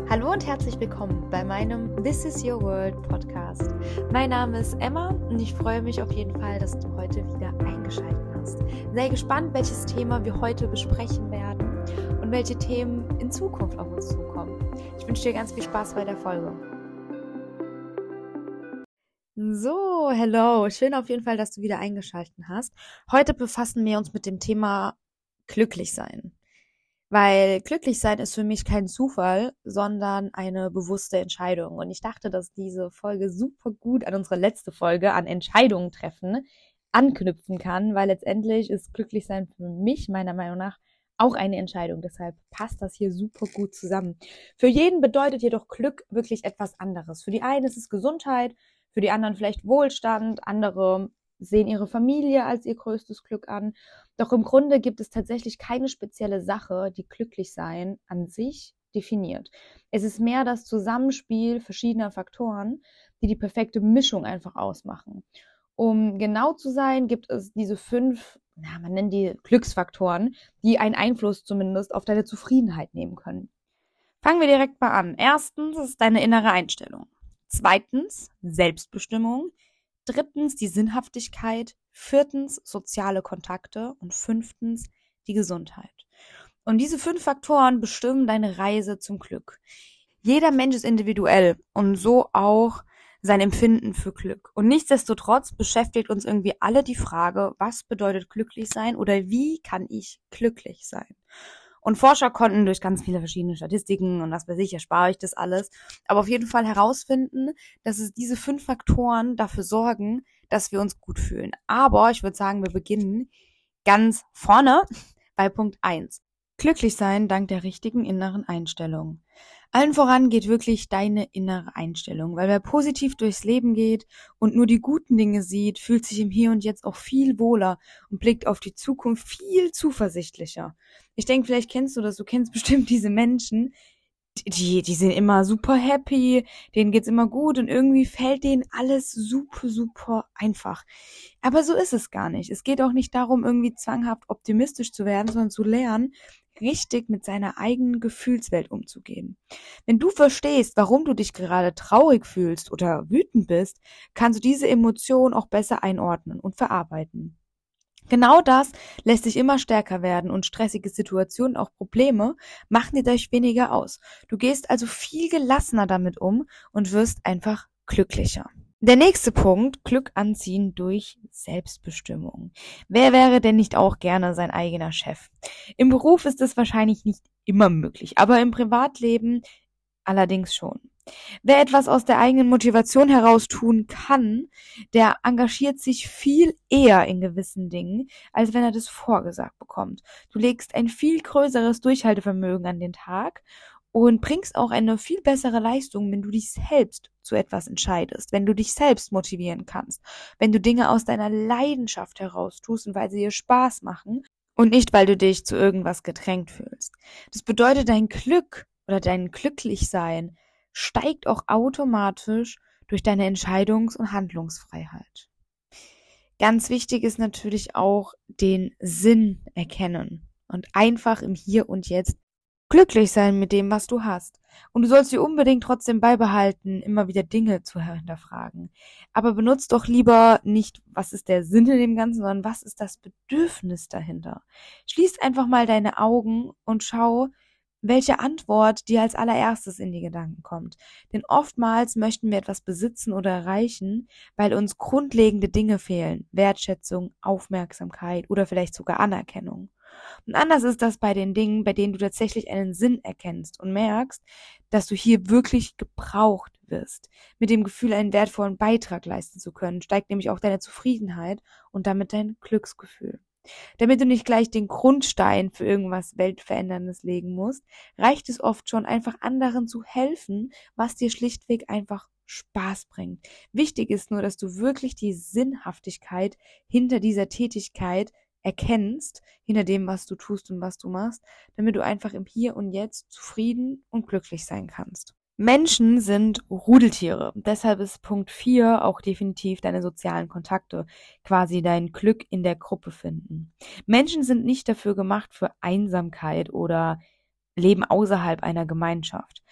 Hallo und herzlich willkommen bei meinem This is Your World Podcast. Mein Name ist Emma und ich freue mich auf jeden Fall, dass du heute wieder eingeschaltet hast. Sei gespannt, welches Thema wir heute besprechen werden und welche Themen in Zukunft auf uns zukommen. Ich wünsche dir ganz viel Spaß bei der Folge. So, hello, schön auf jeden Fall, dass du wieder eingeschaltet hast. Heute befassen wir uns mit dem Thema glücklich sein. Weil glücklich sein ist für mich kein Zufall, sondern eine bewusste Entscheidung. Und ich dachte, dass diese Folge super gut an unsere letzte Folge, an Entscheidungen treffen, anknüpfen kann, weil letztendlich ist glücklich sein für mich meiner Meinung nach auch eine Entscheidung. Deshalb passt das hier super gut zusammen. Für jeden bedeutet jedoch Glück wirklich etwas anderes. Für die einen ist es Gesundheit, für die anderen vielleicht Wohlstand, andere sehen ihre Familie als ihr größtes Glück an. Doch im Grunde gibt es tatsächlich keine spezielle Sache, die Glücklichsein an sich definiert. Es ist mehr das Zusammenspiel verschiedener Faktoren, die die perfekte Mischung einfach ausmachen. Um genau zu sein, gibt es diese 5, man nennt die Glücksfaktoren, die einen Einfluss zumindest auf deine Zufriedenheit nehmen können. Fangen wir direkt mal an. Erstens ist deine innere Einstellung. Zweitens Selbstbestimmung. Drittens die Sinnhaftigkeit, viertens soziale Kontakte und fünftens die Gesundheit. Und diese 5 Faktoren bestimmen deine Reise zum Glück. Jeder Mensch ist individuell und so auch sein Empfinden für Glück. Und nichtsdestotrotz beschäftigt uns irgendwie alle die Frage, was bedeutet glücklich sein oder wie kann ich glücklich sein? Und Forscher konnten durch ganz viele verschiedene Statistiken und was weiß ich, erspare ich das alles, aber auf jeden Fall herausfinden, dass es diese 5 Faktoren dafür sorgen, dass wir uns gut fühlen. Aber ich würde sagen, wir beginnen ganz vorne bei Punkt 1. Glücklich sein dank der richtigen inneren Einstellung. Allen voran geht wirklich deine innere Einstellung, weil wer positiv durchs Leben geht und nur die guten Dinge sieht, fühlt sich im Hier und Jetzt auch viel wohler und blickt auf die Zukunft viel zuversichtlicher. Ich denke, vielleicht kennst du das, du kennst bestimmt diese Menschen, die sind immer super happy, denen geht's immer gut und irgendwie fällt denen alles super einfach. Aber so ist es gar nicht. Es geht auch nicht darum, irgendwie zwanghaft optimistisch zu werden, sondern zu lernen, richtig mit seiner eigenen Gefühlswelt umzugehen. Wenn du verstehst, warum du dich gerade traurig fühlst oder wütend bist, kannst du diese Emotion auch besser einordnen und verarbeiten. Genau das lässt sich immer stärker werden und stressige Situationen, auch Probleme, machen dir dadurch weniger aus. Du gehst also viel gelassener damit um und wirst einfach glücklicher. Der nächste Punkt, Glück anziehen durch Selbstbestimmung. Wer wäre denn nicht auch gerne sein eigener Chef? Im Beruf ist es wahrscheinlich nicht immer möglich, aber im Privatleben allerdings schon. Wer etwas aus der eigenen Motivation heraus tun kann, der engagiert sich viel eher in gewissen Dingen, als wenn er das vorgesagt bekommt. Du legst ein viel größeres Durchhaltevermögen an den Tag und bringst auch eine viel bessere Leistung, wenn du dich selbst zu etwas entscheidest, wenn du dich selbst motivieren kannst, wenn du Dinge aus deiner Leidenschaft heraus tust und weil sie dir Spaß machen und nicht, weil du dich zu irgendwas gedrängt fühlst. Das bedeutet, dein Glück oder dein Glücklichsein steigt auch automatisch durch deine Entscheidungs- und Handlungsfreiheit. Ganz wichtig ist natürlich auch den Sinn erkennen und einfach im Hier und Jetzt glücklich sein mit dem, was du hast. Und du sollst dir unbedingt trotzdem beibehalten, immer wieder Dinge zu hinterfragen. Aber benutzt doch lieber nicht, was ist der Sinn in dem Ganzen, sondern was ist das Bedürfnis dahinter. Schließ einfach mal deine Augen und schau, welche Antwort dir als allererstes in die Gedanken kommt. Denn oftmals möchten wir etwas besitzen oder erreichen, weil uns grundlegende Dinge fehlen. Wertschätzung, Aufmerksamkeit oder vielleicht sogar Anerkennung. Und anders ist das bei den Dingen, bei denen du tatsächlich einen Sinn erkennst und merkst, dass du hier wirklich gebraucht wirst. Mit dem Gefühl, einen wertvollen Beitrag leisten zu können, steigt nämlich auch deine Zufriedenheit und damit dein Glücksgefühl. Damit du nicht gleich den Grundstein für irgendwas Weltveränderndes legen musst, reicht es oft schon, einfach anderen zu helfen, was dir schlichtweg einfach Spaß bringt. Wichtig ist nur, dass du wirklich die Sinnhaftigkeit hinter dieser Tätigkeit erkennst, hinter dem, was du tust und was du machst, damit du einfach im Hier und Jetzt zufrieden und glücklich sein kannst. Menschen sind Rudeltiere. Deshalb ist Punkt 4 auch definitiv deine sozialen Kontakte, quasi dein Glück in der Gruppe finden. Menschen sind nicht dafür gemacht für Einsamkeit oder leben außerhalb einer Gemeinschaft.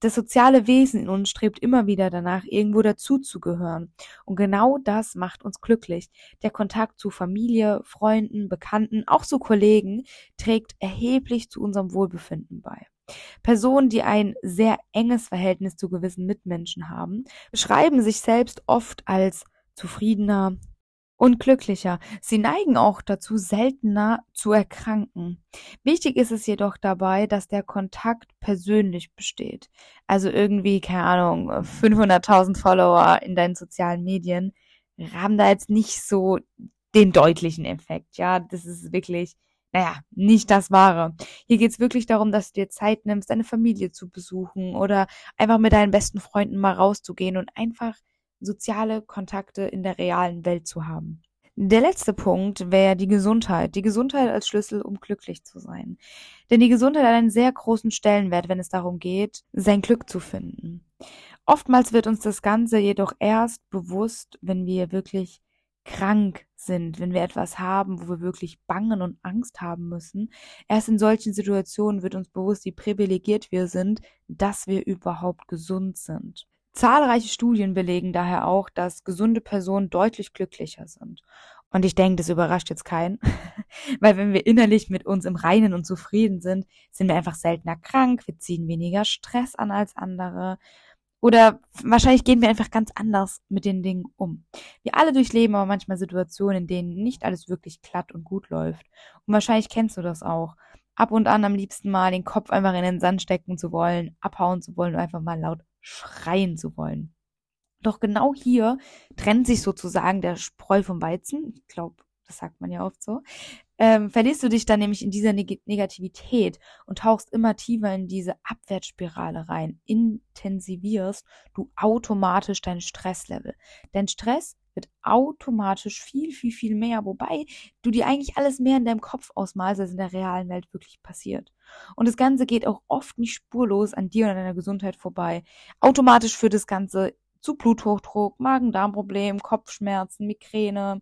Das soziale Wesen in uns strebt immer wieder danach, irgendwo dazuzugehören. Und genau das macht uns glücklich. Der Kontakt zu Familie, Freunden, Bekannten, auch zu Kollegen trägt erheblich zu unserem Wohlbefinden bei. Personen, die ein sehr enges Verhältnis zu gewissen Mitmenschen haben, beschreiben sich selbst oft als zufriedener und glücklicher. Sie neigen auch dazu, seltener zu erkranken. Wichtig ist es jedoch dabei, dass der Kontakt persönlich besteht. Also irgendwie, keine Ahnung, 500.000 Follower in deinen sozialen Medien haben da jetzt nicht so den deutlichen Effekt. Ja, das ist wirklich, nicht das Wahre. Hier geht's wirklich darum, dass du dir Zeit nimmst, deine Familie zu besuchen oder einfach mit deinen besten Freunden mal rauszugehen und einfach soziale Kontakte in der realen Welt zu haben. Der letzte Punkt wäre die Gesundheit. Die Gesundheit als Schlüssel, um glücklich zu sein. Denn die Gesundheit hat einen sehr großen Stellenwert, wenn es darum geht, sein Glück zu finden. Oftmals wird uns das Ganze jedoch erst bewusst, wenn wir wirklich krank sind, wenn wir etwas haben, wo wir wirklich bangen und Angst haben müssen. Erst in solchen Situationen wird uns bewusst, wie privilegiert wir sind, dass wir überhaupt gesund sind. Zahlreiche Studien belegen daher auch, dass gesunde Personen deutlich glücklicher sind. Und ich denke, das überrascht jetzt keinen, weil wenn wir innerlich mit uns im Reinen und zufrieden sind, sind wir einfach seltener krank, wir ziehen weniger Stress an als andere oder wahrscheinlich gehen wir einfach ganz anders mit den Dingen um. Wir alle durchleben aber manchmal Situationen, in denen nicht alles wirklich glatt und gut läuft. Und wahrscheinlich kennst du das auch. Ab und an am liebsten mal den Kopf einfach in den Sand stecken zu wollen, abhauen zu wollen und einfach mal laut schreien zu wollen. Doch genau hier trennt sich sozusagen der Spreu vom Weizen. Ich glaube, das sagt man ja oft so. Verlierst du dich dann nämlich in dieser Negativität und tauchst immer tiefer in diese Abwärtsspirale rein, intensivierst du automatisch dein Stresslevel. Denn Stress wird automatisch viel, viel, viel mehr, wobei du dir eigentlich alles mehr in deinem Kopf ausmalst, als in der realen Welt wirklich passiert. Und das Ganze geht auch oft nicht spurlos an dir und an deiner Gesundheit vorbei. Automatisch führt das Ganze zu Bluthochdruck, Magen-Darm-Problem, Kopfschmerzen, Migräne.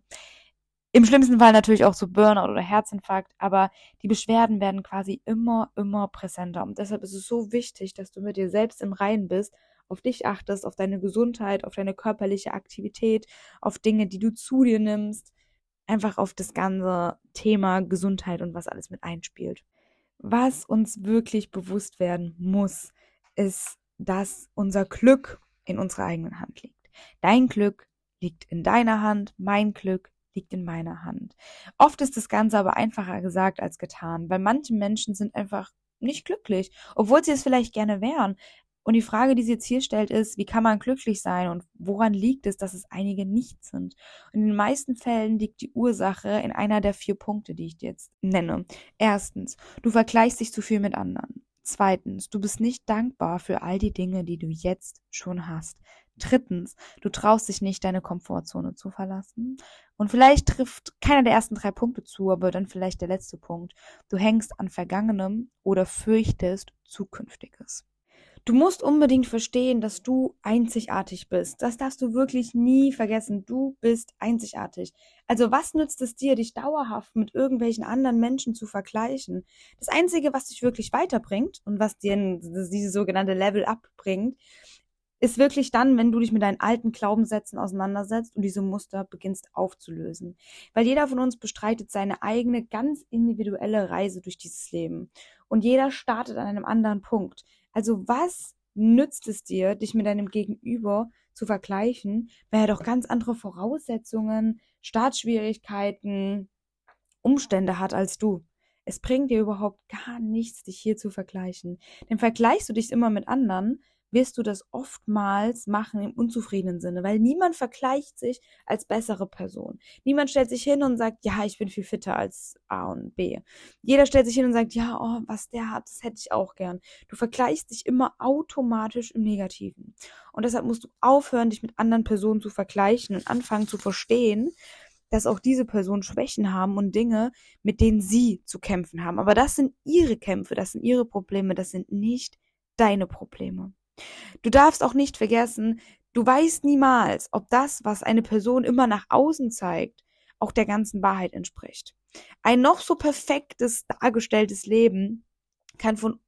Im schlimmsten Fall natürlich auch zu Burnout oder Herzinfarkt, aber die Beschwerden werden quasi immer, immer präsenter. Und deshalb ist es so wichtig, dass du mit dir selbst im Reinen bist, auf dich achtest, auf deine Gesundheit, auf deine körperliche Aktivität, auf Dinge, die du zu dir nimmst, einfach auf das ganze Thema Gesundheit und was alles mit einspielt. Was uns wirklich bewusst werden muss, ist, dass unser Glück in unserer eigenen Hand liegt. Dein Glück liegt in deiner Hand, mein Glück liegt in meiner Hand. Oft ist das Ganze aber einfacher gesagt als getan, weil manche Menschen sind einfach nicht glücklich, obwohl sie es vielleicht gerne wären. Und die Frage, die sie jetzt hier stellt, ist, wie kann man glücklich sein und woran liegt es, dass es einige nicht sind? Und in den meisten Fällen liegt die Ursache in einer der 4 Punkte, die ich dir jetzt nenne. Erstens, du vergleichst dich zu viel mit anderen. Zweitens, du bist nicht dankbar für all die Dinge, die du jetzt schon hast. Drittens, du traust dich nicht, deine Komfortzone zu verlassen. Und vielleicht trifft keiner der ersten 3 Punkte zu, aber dann vielleicht der letzte Punkt. Du hängst an Vergangenem oder fürchtest Zukünftiges. Du musst unbedingt verstehen, dass du einzigartig bist. Das darfst du wirklich nie vergessen. Du bist einzigartig. Also was nützt es dir, dich dauerhaft mit irgendwelchen anderen Menschen zu vergleichen? Das Einzige, was dich wirklich weiterbringt und was dir diese sogenannte Level-Up bringt, ist wirklich dann, wenn du dich mit deinen alten Glaubenssätzen auseinandersetzt und diese Muster beginnst aufzulösen. Weil jeder von uns bestreitet seine eigene, ganz individuelle Reise durch dieses Leben. Und jeder startet an einem anderen Punkt. Also was nützt es dir, dich mit deinem Gegenüber zu vergleichen, weil er doch ganz andere Voraussetzungen, Startschwierigkeiten, Umstände hat als du? Es bringt dir überhaupt gar nichts, dich hier zu vergleichen. Denn vergleichst du dich immer mit anderen, wirst du das oftmals machen im unzufriedenen Sinne, weil niemand vergleicht sich als bessere Person. Niemand stellt sich hin und sagt, ja, ich bin viel fitter als A und B. Jeder stellt sich hin und sagt, ja, oh, was der hat, das hätte ich auch gern. Du vergleichst dich immer automatisch im Negativen. Und deshalb musst du aufhören, dich mit anderen Personen zu vergleichen und anfangen zu verstehen, dass auch diese Personen Schwächen haben und Dinge, mit denen sie zu kämpfen haben. Aber das sind ihre Kämpfe, das sind ihre Probleme, das sind nicht deine Probleme. Du darfst auch nicht vergessen, du weißt niemals, ob das, was eine Person immer nach außen zeigt, auch der ganzen Wahrheit entspricht. Ein noch so perfektes, dargestelltes Leben kann von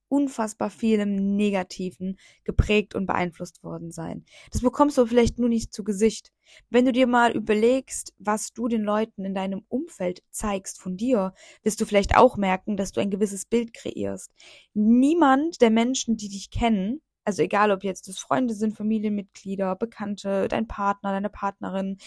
unfassbar viel im Negativen geprägt und beeinflusst worden sein. Das bekommst du vielleicht nur nicht zu Gesicht. Wenn du dir mal überlegst, was du den Leuten in deinem Umfeld zeigst von dir, wirst du vielleicht auch merken, dass du ein gewisses Bild kreierst. Niemand der Menschen, die dich kennen, also egal ob jetzt das Freunde sind, Familienmitglieder, Bekannte, dein Partner, deine Partnerin,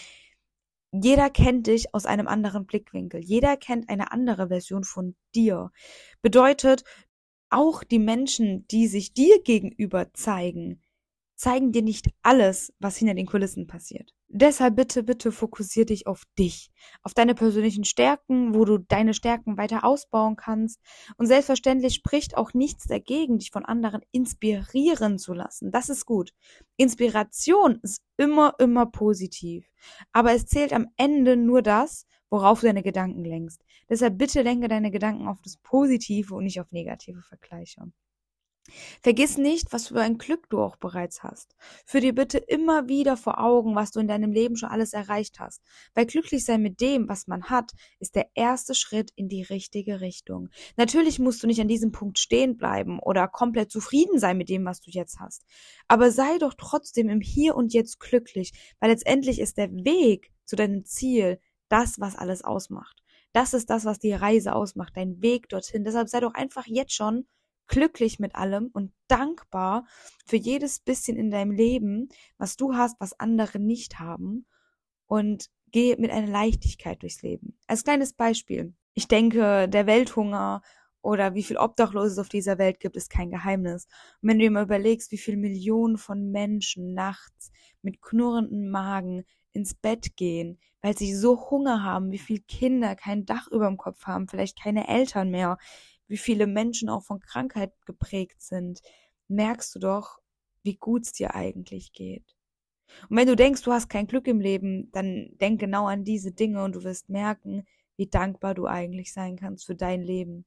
jeder kennt dich aus einem anderen Blickwinkel. Jeder kennt eine andere Version von dir. Bedeutet, auch die Menschen, die sich dir gegenüber zeigen dir nicht alles, was hinter den Kulissen passiert. Deshalb bitte, bitte fokussier dich auf dich, auf deine persönlichen Stärken, wo du deine Stärken weiter ausbauen kannst. Und selbstverständlich spricht auch nichts dagegen, dich von anderen inspirieren zu lassen. Das ist gut. Inspiration ist immer, immer positiv. Aber es zählt am Ende nur das, worauf du deine Gedanken lenkst. Deshalb bitte lenke deine Gedanken auf das Positive und nicht auf negative Vergleiche. Vergiss nicht, was für ein Glück du auch bereits hast. Führ dir bitte immer wieder vor Augen, was du in deinem Leben schon alles erreicht hast. Weil glücklich sein mit dem, was man hat, ist der erste Schritt in die richtige Richtung. Natürlich musst du nicht an diesem Punkt stehen bleiben oder komplett zufrieden sein mit dem, was du jetzt hast. Aber sei doch trotzdem im Hier und Jetzt glücklich, weil letztendlich ist der Weg zu deinem Ziel das, was alles ausmacht. Das ist das, was die Reise ausmacht, dein Weg dorthin. Deshalb sei doch einfach jetzt schon glücklich mit allem und dankbar für jedes bisschen in deinem Leben, was du hast, was andere nicht haben, und geh mit einer Leichtigkeit durchs Leben. Als kleines Beispiel. Ich denke, der Welthunger oder wie viel Obdachlose es auf dieser Welt gibt, ist kein Geheimnis. Und wenn du dir mal überlegst, wie viele Millionen von Menschen nachts mit knurrendem Magen ins Bett gehen, weil sie so Hunger haben, wie viele Kinder kein Dach über dem Kopf haben, vielleicht keine Eltern mehr, wie viele Menschen auch von Krankheit geprägt sind, merkst du doch, wie gut es dir eigentlich geht. Und wenn du denkst, du hast kein Glück im Leben, dann denk genau an diese Dinge und du wirst merken, wie dankbar du eigentlich sein kannst für dein Leben.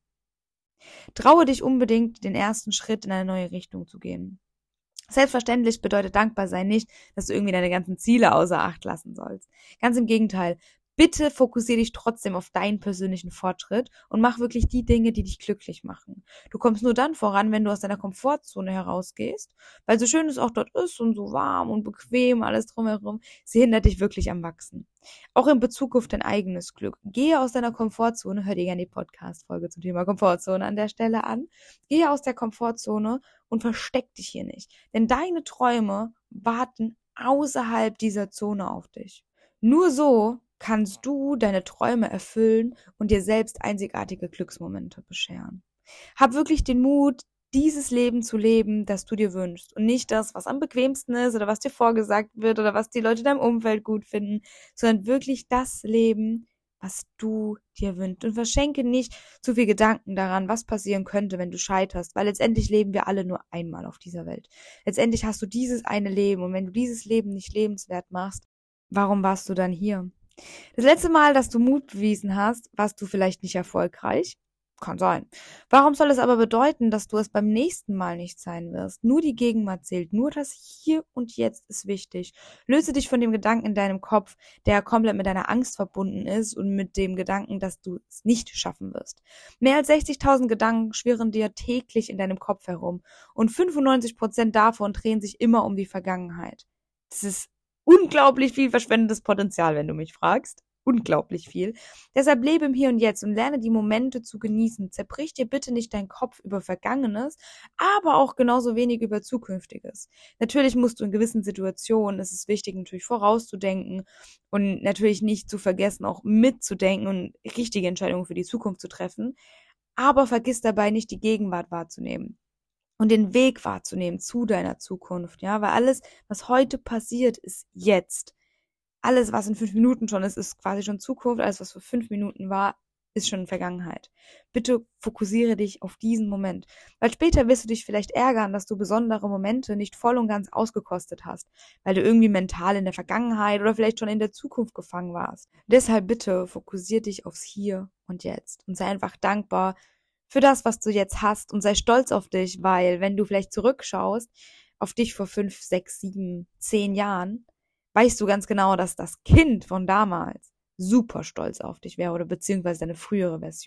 Traue dich unbedingt, den ersten Schritt in eine neue Richtung zu gehen. Selbstverständlich bedeutet dankbar sein nicht, dass du irgendwie deine ganzen Ziele außer Acht lassen sollst. Ganz im Gegenteil. Bitte fokussiere dich trotzdem auf deinen persönlichen Fortschritt und mach wirklich die Dinge, die dich glücklich machen. Du kommst nur dann voran, wenn du aus deiner Komfortzone herausgehst, weil so schön es auch dort ist und so warm und bequem, alles drumherum, sie hindert dich wirklich am Wachsen. Auch in Bezug auf dein eigenes Glück. Gehe aus deiner Komfortzone, hör dir gerne die Podcast-Folge zum Thema Komfortzone an der Stelle an. Gehe aus der Komfortzone und versteck dich hier nicht. Denn deine Träume warten außerhalb dieser Zone auf dich. Nur so kannst du deine Träume erfüllen und dir selbst einzigartige Glücksmomente bescheren. Hab wirklich den Mut, dieses Leben zu leben, das du dir wünschst und nicht das, was am bequemsten ist oder was dir vorgesagt wird oder was die Leute in deinem Umfeld gut finden, sondern wirklich das Leben, was du dir wünschst. Und verschenke nicht zu viel Gedanken daran, was passieren könnte, wenn du scheiterst, weil letztendlich leben wir alle nur einmal auf dieser Welt. Letztendlich hast du dieses eine Leben und wenn du dieses Leben nicht lebenswert machst, warum warst du dann hier? Das letzte Mal, dass du Mut bewiesen hast, warst du vielleicht nicht erfolgreich. Kann sein. Warum soll es aber bedeuten, dass du es beim nächsten Mal nicht sein wirst? Nur die Gegenwart zählt. Nur das Hier und Jetzt ist wichtig. Löse dich von dem Gedanken in deinem Kopf, der komplett mit deiner Angst verbunden ist und mit dem Gedanken, dass du es nicht schaffen wirst. Mehr als 60.000 Gedanken schwirren dir täglich in deinem Kopf herum und 95% davon drehen sich immer um die Vergangenheit. Das ist unglaublich viel verschwendetes Potenzial, wenn du mich fragst. Unglaublich viel. Deshalb lebe im Hier und Jetzt und lerne die Momente zu genießen. Zerbrich dir bitte nicht deinen Kopf über Vergangenes, aber auch genauso wenig über Zukünftiges. Natürlich musst du in gewissen Situationen, es ist wichtig, natürlich vorauszudenken und natürlich nicht zu vergessen, auch mitzudenken und richtige Entscheidungen für die Zukunft zu treffen. Aber vergiss dabei nicht, die Gegenwart wahrzunehmen. Und den Weg wahrzunehmen zu deiner Zukunft, ja, weil alles, was heute passiert, ist jetzt. Alles, was in 5 Minuten schon ist quasi schon Zukunft. Alles, was vor 5 Minuten war, ist schon Vergangenheit. Bitte fokussiere dich auf diesen Moment, weil später wirst du dich vielleicht ärgern, dass du besondere Momente nicht voll und ganz ausgekostet hast, weil du irgendwie mental in der Vergangenheit oder vielleicht schon in der Zukunft gefangen warst. Deshalb bitte fokussiere dich aufs Hier und Jetzt und sei einfach dankbar für das, was du jetzt hast und sei stolz auf dich, weil wenn du vielleicht zurückschaust auf dich vor 5, 6, 7, 10 Jahren, weißt du ganz genau, dass das Kind von damals super stolz auf dich wäre oder beziehungsweise deine frühere Version.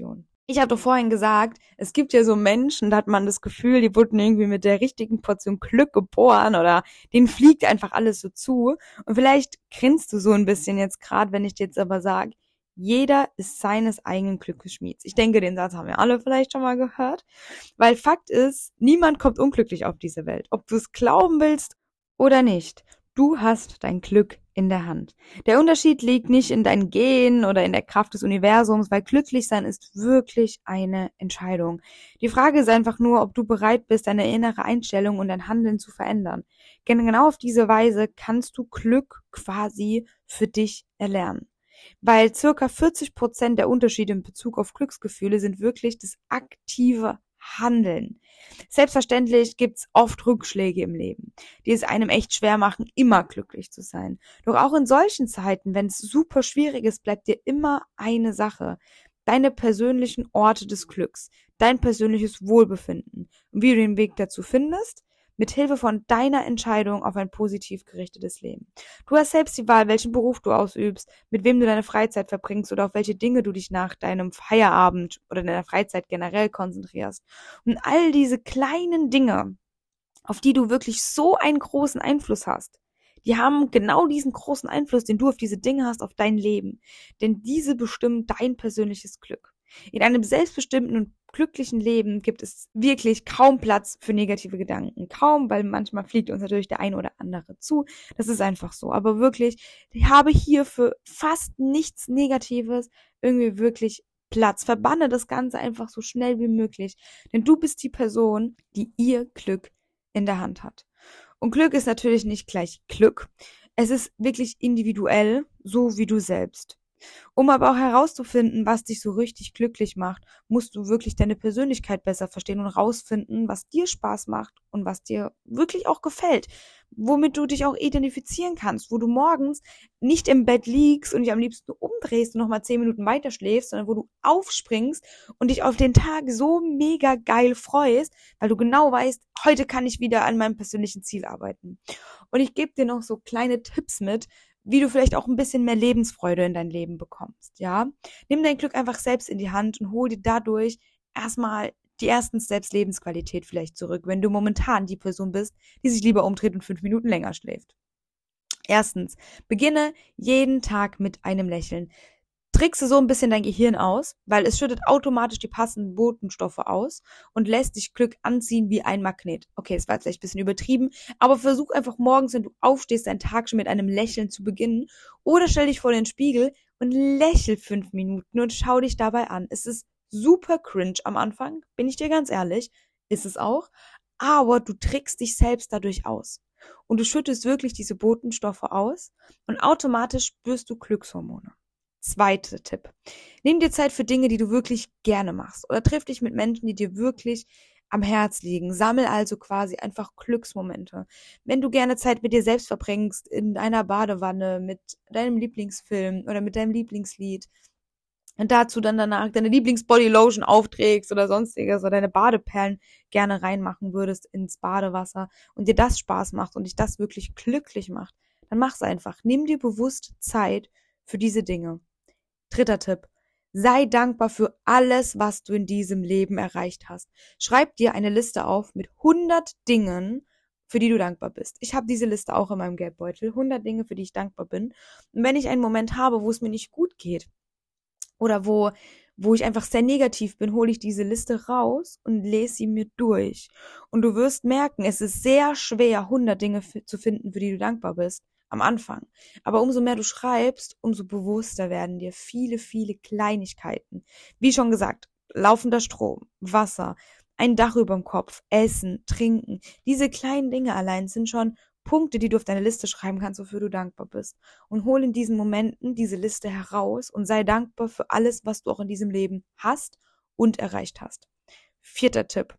Ich habe doch vorhin gesagt, es gibt ja so Menschen, da hat man das Gefühl, die wurden irgendwie mit der richtigen Portion Glück geboren oder denen fliegt einfach alles so zu. Und vielleicht grinst du so ein bisschen jetzt gerade, wenn ich dir jetzt aber sage, jeder ist seines eigenen Glückes Schmied. Ich denke, den Satz haben wir alle vielleicht schon mal gehört. Weil Fakt ist, niemand kommt unglücklich auf diese Welt. Ob du es glauben willst oder nicht. Du hast dein Glück in der Hand. Der Unterschied liegt nicht in deinen Genen oder in der Kraft des Universums, weil glücklich sein ist wirklich eine Entscheidung. Die Frage ist einfach nur, ob du bereit bist, deine innere Einstellung und dein Handeln zu verändern. Genau auf diese Weise kannst du Glück quasi für dich erlernen. Weil circa 40% der Unterschiede in Bezug auf Glücksgefühle sind wirklich das aktive Handeln. Selbstverständlich gibt's oft Rückschläge im Leben, die es einem echt schwer machen, immer glücklich zu sein. Doch auch in solchen Zeiten, wenn es super schwierig ist, bleibt dir immer eine Sache: deine persönlichen Orte des Glücks, dein persönliches Wohlbefinden. Und wie du den Weg dazu findest? Mit Hilfe von deiner Entscheidung auf ein positiv gerichtetes Leben. Du hast selbst die Wahl, welchen Beruf du ausübst, mit wem du deine Freizeit verbringst oder auf welche Dinge du dich nach deinem Feierabend oder deiner Freizeit generell konzentrierst. Und all diese kleinen Dinge, auf die du wirklich so einen großen Einfluss hast, die haben genau diesen großen Einfluss, den du auf diese Dinge hast, auf dein Leben. Denn diese bestimmen dein persönliches Glück. In einem selbstbestimmten und glücklichen Leben gibt es wirklich kaum Platz für negative Gedanken. Kaum, weil manchmal fliegt uns natürlich der eine oder andere zu. Das ist einfach so. Aber wirklich, ich habe hier für fast nichts Negatives irgendwie wirklich Platz. Verbanne das Ganze einfach so schnell wie möglich. Denn du bist die Person, die ihr Glück in der Hand hat. Und Glück ist natürlich nicht gleich Glück. Es ist wirklich individuell, so wie du selbst. Um aber auch herauszufinden, was dich so richtig glücklich macht, musst du wirklich deine Persönlichkeit besser verstehen und rausfinden, was dir Spaß macht und was dir wirklich auch gefällt, womit du dich auch identifizieren kannst, wo du morgens nicht im Bett liegst und dich am liebsten umdrehst und nochmal 10 Minuten weiter schläfst, sondern wo du aufspringst und dich auf den Tag so mega geil freust, weil du genau weißt, heute kann ich wieder an meinem persönlichen Ziel arbeiten. Und ich gebe dir noch so kleine Tipps mit, wie du vielleicht auch ein bisschen mehr Lebensfreude in dein Leben bekommst, ja? Nimm dein Glück einfach selbst in die Hand und hol dir dadurch erstmal die ersten Steps Lebensqualität vielleicht zurück, wenn du momentan die Person bist, die sich lieber umdreht und 5 Minuten länger schläft. Erstens, beginne jeden Tag mit einem Lächeln. Trickse so ein bisschen dein Gehirn aus, weil es schüttet automatisch die passenden Botenstoffe aus und lässt dich Glück anziehen wie ein Magnet. Okay, das war jetzt vielleicht ein bisschen übertrieben, aber versuch einfach morgens, wenn du aufstehst, deinen Tag schon mit einem Lächeln zu beginnen oder stell dich vor den Spiegel und lächel 5 Minuten und schau dich dabei an. Es ist super cringe am Anfang, bin ich dir ganz ehrlich, ist es auch, aber du trickst dich selbst dadurch aus. Und du schüttest wirklich diese Botenstoffe aus und automatisch spürst du Glückshormone. Zweiter Tipp. Nimm dir Zeit für Dinge, die du wirklich gerne machst. Oder triff dich mit Menschen, die dir wirklich am Herz liegen. Sammel also quasi einfach Glücksmomente. Wenn du gerne Zeit mit dir selbst verbringst, in einer Badewanne, mit deinem Lieblingsfilm oder mit deinem Lieblingslied, und dazu dann danach deine Lieblings-Body-Lotion aufträgst oder sonstiges oder deine Badeperlen gerne reinmachen würdest ins Badewasser und dir das Spaß macht und dich das wirklich glücklich macht, dann mach's einfach. Nimm dir bewusst Zeit für diese Dinge. Dritter Tipp. Sei dankbar für alles, was du in diesem Leben erreicht hast. Schreib dir eine Liste auf mit 100 Dingen, für die du dankbar bist. Ich habe diese Liste auch in meinem Geldbeutel. 100 Dinge, für die ich dankbar bin. Und wenn ich einen Moment habe, wo es mir nicht gut geht oder wo ich einfach sehr negativ bin, hole ich diese Liste raus und lese sie mir durch. Und du wirst merken, es ist sehr schwer, 100 Dinge zu finden, für die du dankbar bist am Anfang. Aber umso mehr du schreibst, umso bewusster werden dir viele, viele Kleinigkeiten. Wie schon gesagt, laufender Strom, Wasser, ein Dach über dem Kopf, Essen, Trinken. Diese kleinen Dinge allein sind schon Punkte, die du auf deine Liste schreiben kannst, wofür du dankbar bist. Und hol in diesen Momenten diese Liste heraus und sei dankbar für alles, was du auch in diesem Leben hast und erreicht hast. Vierter Tipp.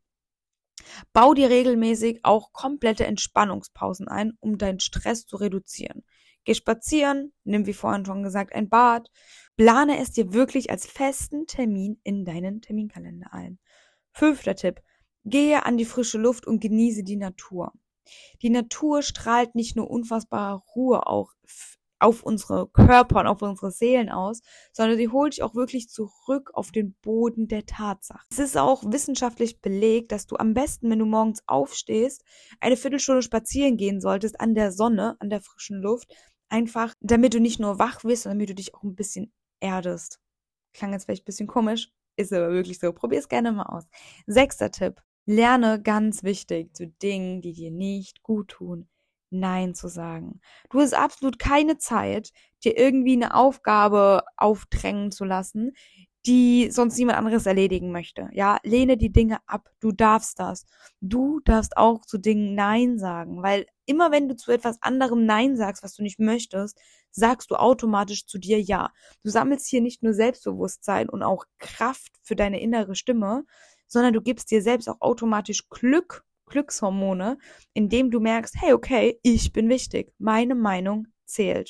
Bau dir regelmäßig auch komplette Entspannungspausen ein, um deinen Stress zu reduzieren. Geh spazieren, nimm wie vorhin schon gesagt ein Bad, plane es dir wirklich als festen Termin in deinen Terminkalender ein. Fünfter Tipp. Gehe an die frische Luft und genieße die Natur. Die Natur strahlt nicht nur unfassbare Ruhe auf unsere Körper und auf unsere Seelen aus, sondern die holt dich auch wirklich zurück auf den Boden der Tatsachen. Es ist auch wissenschaftlich belegt, dass du am besten, wenn du morgens aufstehst, eine Viertelstunde spazieren gehen solltest an der Sonne, an der frischen Luft, einfach damit du nicht nur wach wirst, sondern damit du dich auch ein bisschen erdest. Klang jetzt vielleicht ein bisschen komisch, ist aber wirklich so. Probier es gerne mal aus. 6. Tipp. Lerne, ganz wichtig, zu Dingen, die dir nicht gut tun, Nein zu sagen. Du hast absolut keine Zeit, dir irgendwie eine Aufgabe aufdrängen zu lassen, die sonst niemand anderes erledigen möchte. Ja, lehne die Dinge ab. Du darfst das. Du darfst auch zu Dingen Nein sagen, weil immer wenn du zu etwas anderem Nein sagst, was du nicht möchtest, sagst du automatisch zu dir Ja. Du sammelst hier nicht nur Selbstbewusstsein und auch Kraft für deine innere Stimme, sondern du gibst dir selbst auch automatisch Glückshormone, indem du merkst, hey, okay, ich bin wichtig. Meine Meinung zählt.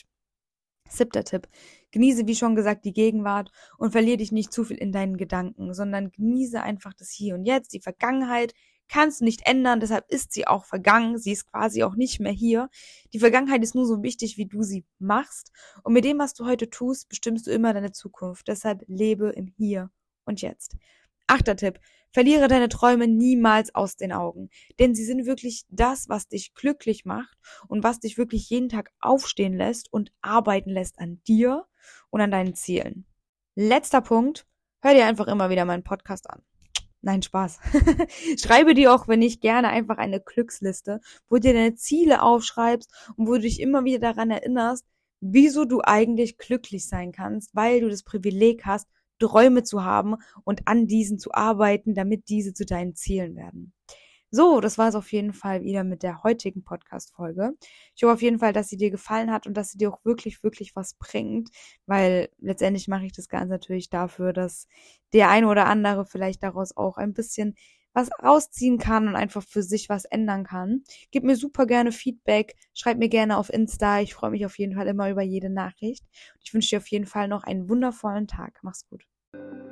7. Tipp. Genieße, wie schon gesagt, die Gegenwart und verliere dich nicht zu viel in deinen Gedanken, sondern genieße einfach das Hier und Jetzt. Die Vergangenheit kannst du nicht ändern, deshalb ist sie auch vergangen. Sie ist quasi auch nicht mehr hier. Die Vergangenheit ist nur so wichtig, wie du sie machst. Und mit dem, was du heute tust, bestimmst du immer deine Zukunft. Deshalb lebe im Hier und Jetzt. 8. Tipp. Verliere deine Träume niemals aus den Augen, denn sie sind wirklich das, was dich glücklich macht und was dich wirklich jeden Tag aufstehen lässt und arbeiten lässt an dir und an deinen Zielen. Letzter Punkt. Hör dir einfach immer wieder meinen Podcast an. Nein, Spaß. Schreibe dir auch, wenn nicht, gerne einfach eine Glücksliste, wo du dir deine Ziele aufschreibst und wo du dich immer wieder daran erinnerst, wieso du eigentlich glücklich sein kannst, weil du das Privileg hast, Träume zu haben und an diesen zu arbeiten, damit diese zu deinen Zielen werden. So, das war es auf jeden Fall wieder mit der heutigen Podcast-Folge. Ich hoffe auf jeden Fall, dass sie dir gefallen hat und dass sie dir auch wirklich, wirklich was bringt, weil letztendlich mache ich das Ganze natürlich dafür, dass der eine oder andere vielleicht daraus auch ein bisschen was rausziehen kann und einfach für sich was ändern kann. Gib mir super gerne Feedback, schreib mir gerne auf Insta. Ich freue mich auf jeden Fall immer über jede Nachricht. Ich wünsche dir auf jeden Fall noch einen wundervollen Tag. Mach's gut.